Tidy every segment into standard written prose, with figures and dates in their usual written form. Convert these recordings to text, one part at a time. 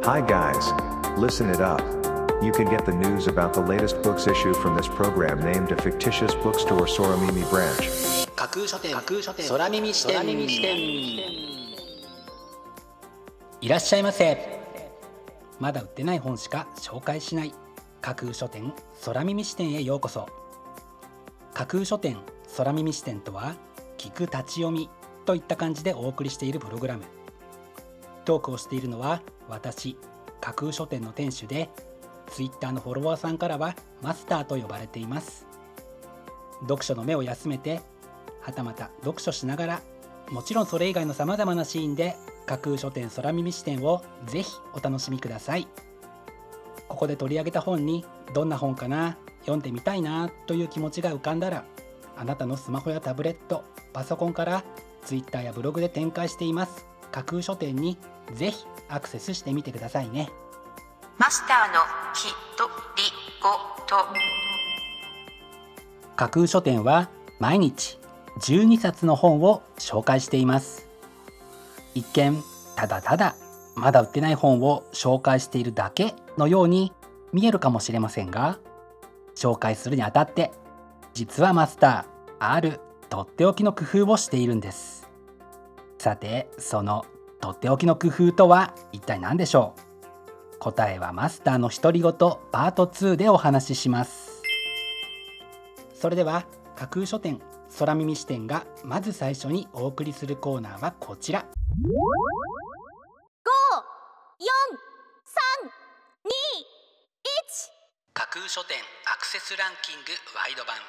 Hi guys, listen it up. You can get the news about the latest books issue from this program named a fictitious bookstore Soramimi branch. 架空書店空耳視点。いらっしゃいませ。まだ売ってない本しか紹介しない架空書店空耳視点へようこそ。架空書店空耳視点とは、聞く立ち読みといった感じでお送りしているプログラム。トークをしているのは私、架空書店の店主で、Twitter のフォロワーさんからはマスターと呼ばれています。読書の目を休めて、はたまた読書しながら、もちろんそれ以外のさまざまなシーンで架空書店空耳視点をぜひお楽しみください。ここで取り上げた本にどんな本かな、読んでみたいなという気持ちが浮かんだら、あなたのスマホやタブレット、パソコンから Twitter やブログで展開しています架空書店にぜひアクセスしてみてくださいね。 マスターのひとりごと。 架空書店は毎日12冊の本を紹介しています。一見ただただまだ売ってない本を紹介しているだけのように見えるかもしれませんが、紹介するにあたって実はマスターあるとっておきの工夫をしているんです。さて、そのとっておきの工夫とは一体何でしょう。答えはマスターの独り言パート2でお話しします。それでは架空書店空耳視点がまず最初にお送りするコーナーはこちら。5、4、3、2、1。架空書店アクセスランキングワイド版。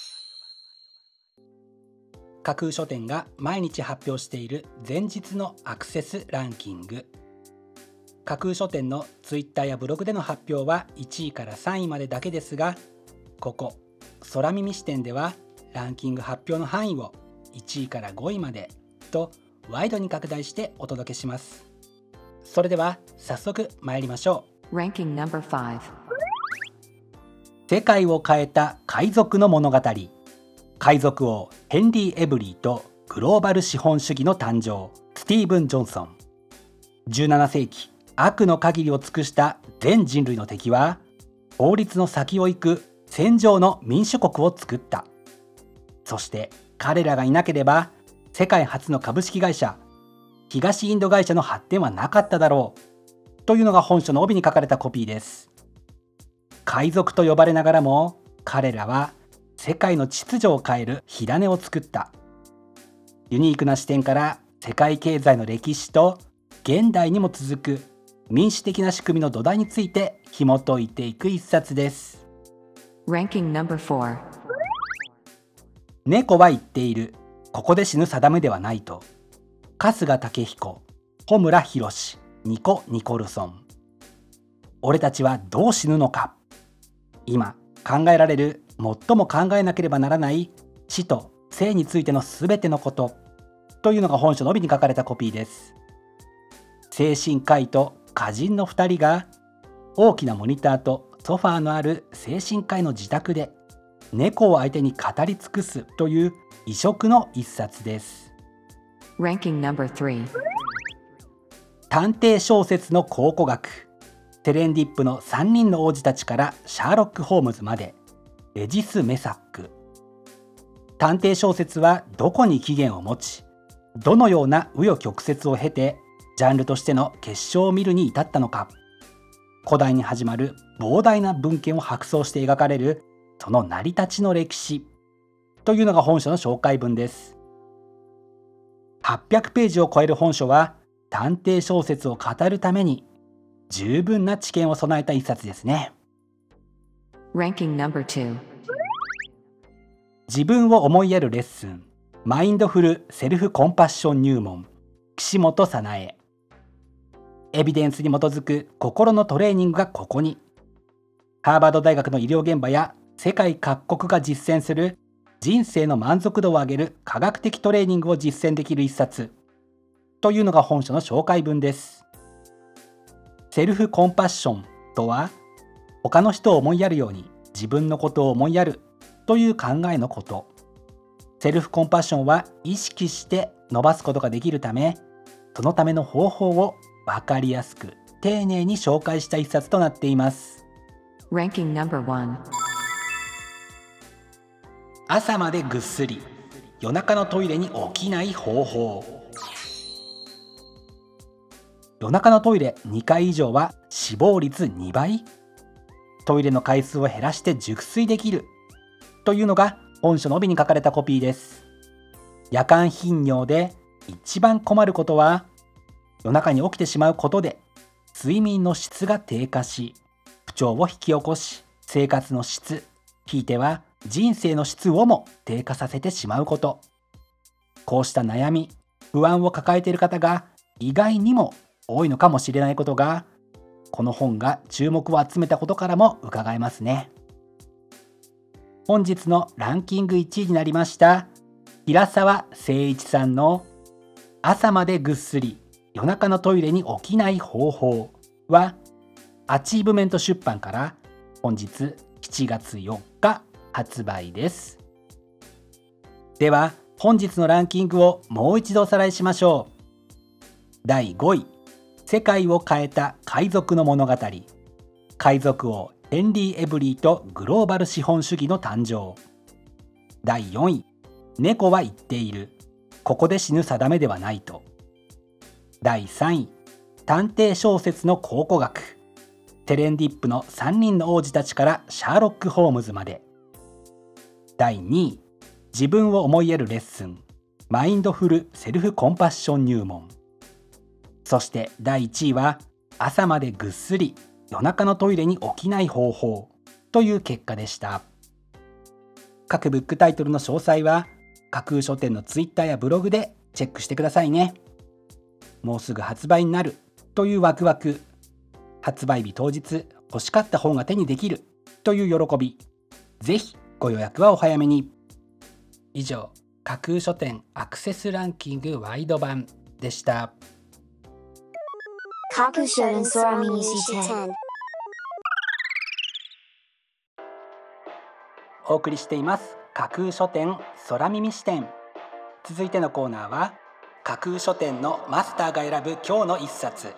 架空書店が毎日発表している前日のアクセスランキング。架空書店のツイッターやブログでの発表は1位から3位までだけですが、ここ空耳視点ではランキング発表の範囲を1位から5位までとワイドに拡大してお届けします。それでは早速参りましょう。 Ranking No.5。 世界を変えた海賊の物語。海賊王ヘンリー・エブリーとグローバル資本主義の誕生。スティーブン・ジョンソン。17世紀、悪の限りを尽くした全人類の敵は法律の先を行く戦場の民主国を作った。そして彼らがいなければ世界初の株式会社東インド会社の発展はなかっただろうというのが本書の帯に書かれたコピーです。海賊と呼ばれながらも彼らは世界の秩序を変える火種を作った。ユニークな視点から世界経済の歴史と現代にも続く民主的な仕組みの土台について紐解いていく一冊です。 Ranking No.4。 猫は言っている、ここで死ぬ定めではないと。春日武彦、穂村弘、ニコ・ニコルソン。俺たちはどう死ぬのか。今考えられる最も考えなければならない死と生についてのすべてのことというのが本書の帯に書かれたコピーです。精神科医と歌人の2人が大きなモニターとソファーのある精神科医の自宅で猫を相手に語り尽くすという異色の一冊です。 Ranking No.3。 探偵小説の考古学。テレンディップの3人の王子たちからシャーロック・ホームズまで、レジス・メサック。探偵小説はどこに起源を持ち、どのような紆余曲折を経てジャンルとしての結晶を見るに至ったのか。古代に始まる膨大な文献を白装して描かれるその成り立ちの歴史というのが本書の紹介文です。800ページを超える本書は探偵小説を語るために十分な知見を備えた一冊ですね。 Ranking No.2。 自分を思いやるレッスン、マインドフルセルフコンパッション入門、岸本早苗。エビデンスに基づく心のトレーニングがここに。ハーバード大学の医療現場や世界各国が実践する人生の満足度を上げる科学的トレーニングを実践できる一冊というのが本書の紹介文です。セルフコンパッションとは、他の人を思いやるように自分のことを思いやるという考えのこと。セルフコンパッションは意識して伸ばすことができるため、そのための方法を分かりやすく丁寧に紹介した一冊となっています。 Ranking number 1。 朝までぐっすり、夜中のトイレに起きない方法。夜中のトイレ2回以上は死亡率2倍、トイレの回数を減らして熟睡できるというのが本書の帯に書かれたコピーです。夜間頻尿で一番困ることは、夜中に起きてしまうことで睡眠の質が低下し、不調を引き起こし、生活の質、ひいては人生の質をも低下させてしまうこと。こうした悩み、不安を抱えている方が意外にも多いのかもしれないことが、この本が注目を集めたことからも伺えますね。本日のランキング1位になりました平沢誠一さんの朝までぐっすり、夜中のトイレに起きない方法は、アチーブメント出版から本日7月4日発売です。では本日のランキングをもう一度おさらいしましょう。第5位、世界を変えた海賊の物語、海賊王ヘンリー・エブリーとグローバル資本主義の誕生。第4位、猫は言っている、ここで死ぬ定めではないと。第3位、探偵小説の考古学、テレンディップの3人の王子たちからシャーロック・ホームズまで。第2位、自分を思いやるレッスン、マインドフル・セルフ・コンパッション入門。そして第1位は、朝までぐっすり、夜中のトイレに起きない方法という結果でした。各ブックタイトルの詳細は架空書店のツイッターやブログでチェックしてくださいね。もうすぐ発売になるというワクワク、発売日当日欲しかった本が手にできるという喜び、ぜひご予約はお早めに。以上、架空書店アクセスランキングワイド版でした。 架空書店空耳視点。 お送りしています架空書店空耳視点。続いてのコーナーは、架空書店のマスターが選ぶ今日の一冊。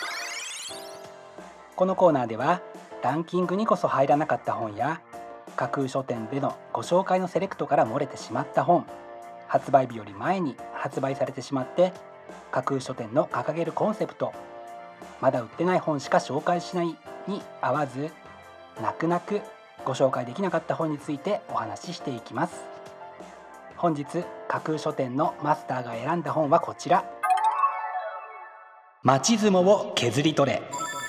このコーナーではランキングにこそ入らなかった本や、架空書店でのご紹介のセレクトから漏れてしまった本、発売日より前に発売されてしまって架空書店の掲げるコンセプト、まだ売ってない本しか紹介しないに合わず、泣く泣くご紹介できなかった本についてお話ししていきます。本日架空書店のマスターが選んだ本はこちら、町相撲を削り取れ。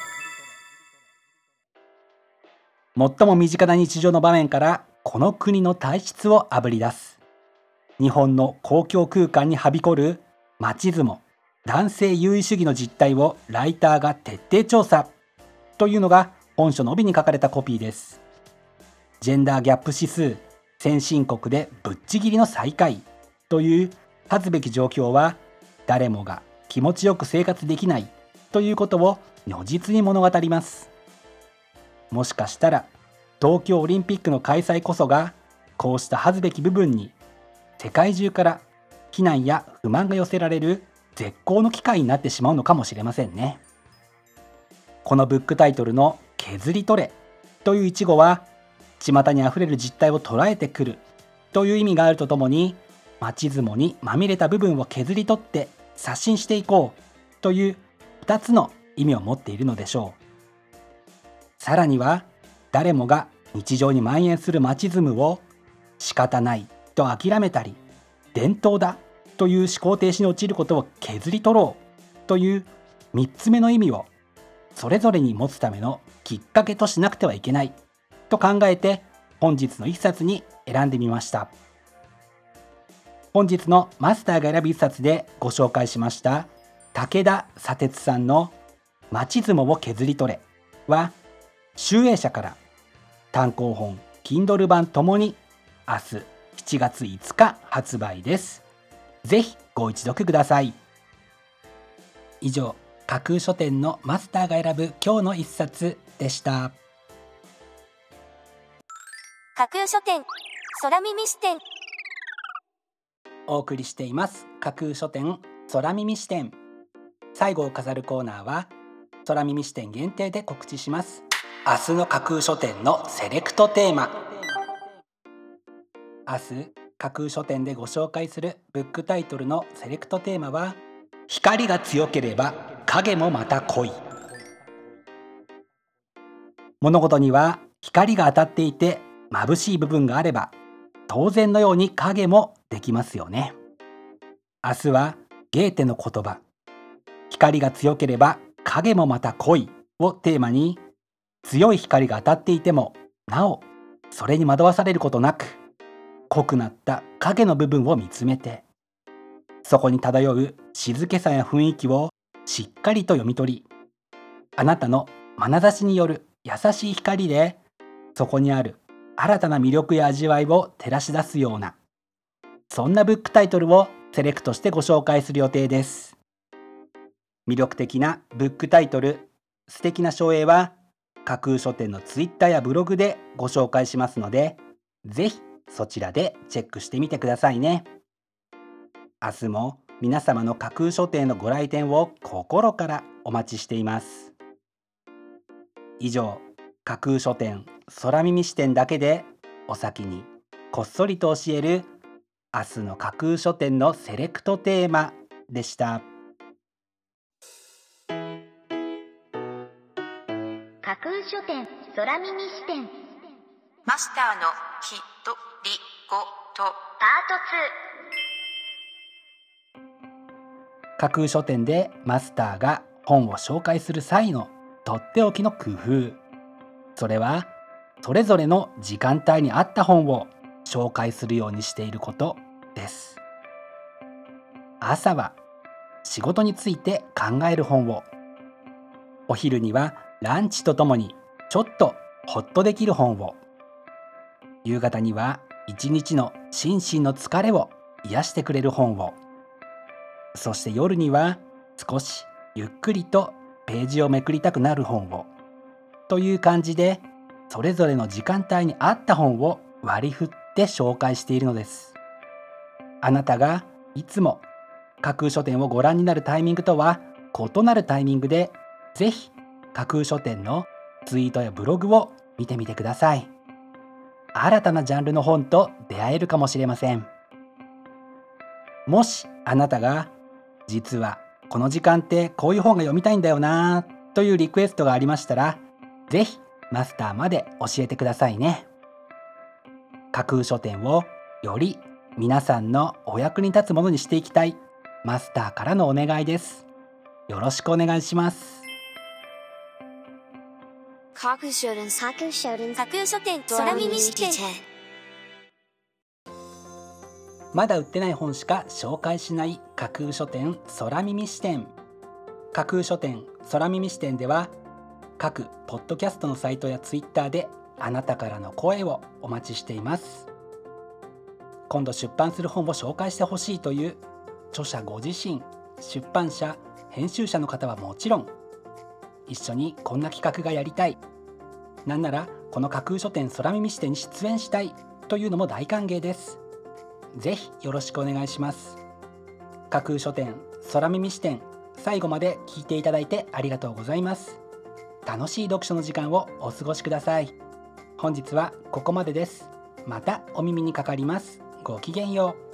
最も身近な日常の場面からこの国の体質をあぶり出す、日本の公共空間にはびこる町相撲、男性優位主義の実態をライターが徹底調査というのが本書の帯に書かれたコピーです。ジェンダーギャップ指数、先進国でぶっちぎりの最下位という恥ずべき状況は、誰もが気持ちよく生活できないということを如実に物語ります。もしかしたら東京オリンピックの開催こそが、こうした恥ずべき部分に世界中から非難や不満が寄せられる絶好の機会になってしまうのかもしれませんね。このブックタイトルの削り取れという一語は、巷にあふれる実態を捉えてくるという意味があるとともに、町相撲にまみれた部分を削り取って刷新していこうという2つの意味を持っているのでしょう。さらには、誰もが日常に蔓延する町相撲を仕方ないと諦めたり、伝統だという思考停止に陥ることを削り取ろうという3つ目の意味をそれぞれに持つためのきっかけとしなくてはいけないと考えて、本日の一冊に選んでみました。本日のマスターが選ぶ一冊でご紹介しました武田砂鉄さんの町相撲を削り取れは、集英社から単行本 Kindle 版ともに明日7月5日発売です。ぜひご一読ください。以上、架空書店のマスターが選ぶ今日の一冊でした。 架空書店空耳視点。 お送りしています架空書店空耳視点。最後を飾るコーナーは、 空耳視点限定で告知します。明日の架空書店のセレクトテーマ。明日架空書店でご紹介するブックタイトルのセレクトテーマは、光が強ければ影もまた濃い。物事には光が当たっていて眩しい部分があれば、当然のように影もできますよね。明日はゲーテの言葉、光が強ければ影もまた濃いをテーマに、強い光が当たっていてもなおそれに惑わされることなく、濃くなった影の部分を見つめて、そこに漂う静けさや雰囲気をしっかりと読み取り、あなたの眼差しによる優しい光でそこにある新たな魅力や味わいを照らし出すような、そんなブックタイトルをセレクトしてご紹介する予定です。魅力的なブックタイトル、素敵な書影は架空書店のツイッターやブログでご紹介しますので、ぜひそちらでチェックしてみてくださいね。明日も皆様の架空書店のご来店を心からお待ちしています。以上、架空書店空耳視点だけでお先にこっそりと教える明日の架空書店のセレクトテーマでした。 架空書店空耳視点マスターのきとりごとパート2。 架空書店でマスターが本を紹介する際のとっておきの工夫、それはそれぞれの時間帯に合った本を紹介するようにしていることです。朝は仕事について考える本を、お昼にはランチとともにちょっとホッとできる本を、夕方には一日の心身の疲れを癒してくれる本を、そして夜には少しゆっくりとページをめくりたくなる本を、という感じでそれぞれの時間帯に合った本を割り振って紹介しているのです。あなたがいつも架空書店をご覧になるタイミングとは異なるタイミングで、ぜひ架空書店のツイートやブログを見てみてください。新たなジャンルの本と出会えるかもしれません。もしあなたが実はこの時間ってこういう本が読みたいんだよなというリクエストがありましたら、ぜひマスターまで教えてくださいね。架空書店をより皆さんのお役に立つものにしていきたいマスターからのお願いです。よろしくお願いします。 架空書店空耳視点。 まだ売ってない本しか紹介しない架空書店空耳視点。架空書店空耳視点では、各ポッドキャストのサイトやツイッターであなたからの声をお待ちしています。今度出版する本を紹介してほしいという著者ご自身、出版社、編集者の方はもちろん、一緒にこんな企画がやりたい、なんならこの架空書店空耳視点に出演したいというのも大歓迎です。ぜひよろしくお願いします。架空書店空耳視点、最後まで聞いていただいてありがとうございます。楽しい読書の時間をお過ごしください。本日はここまでです。またお耳にかかります。ごきげんよう。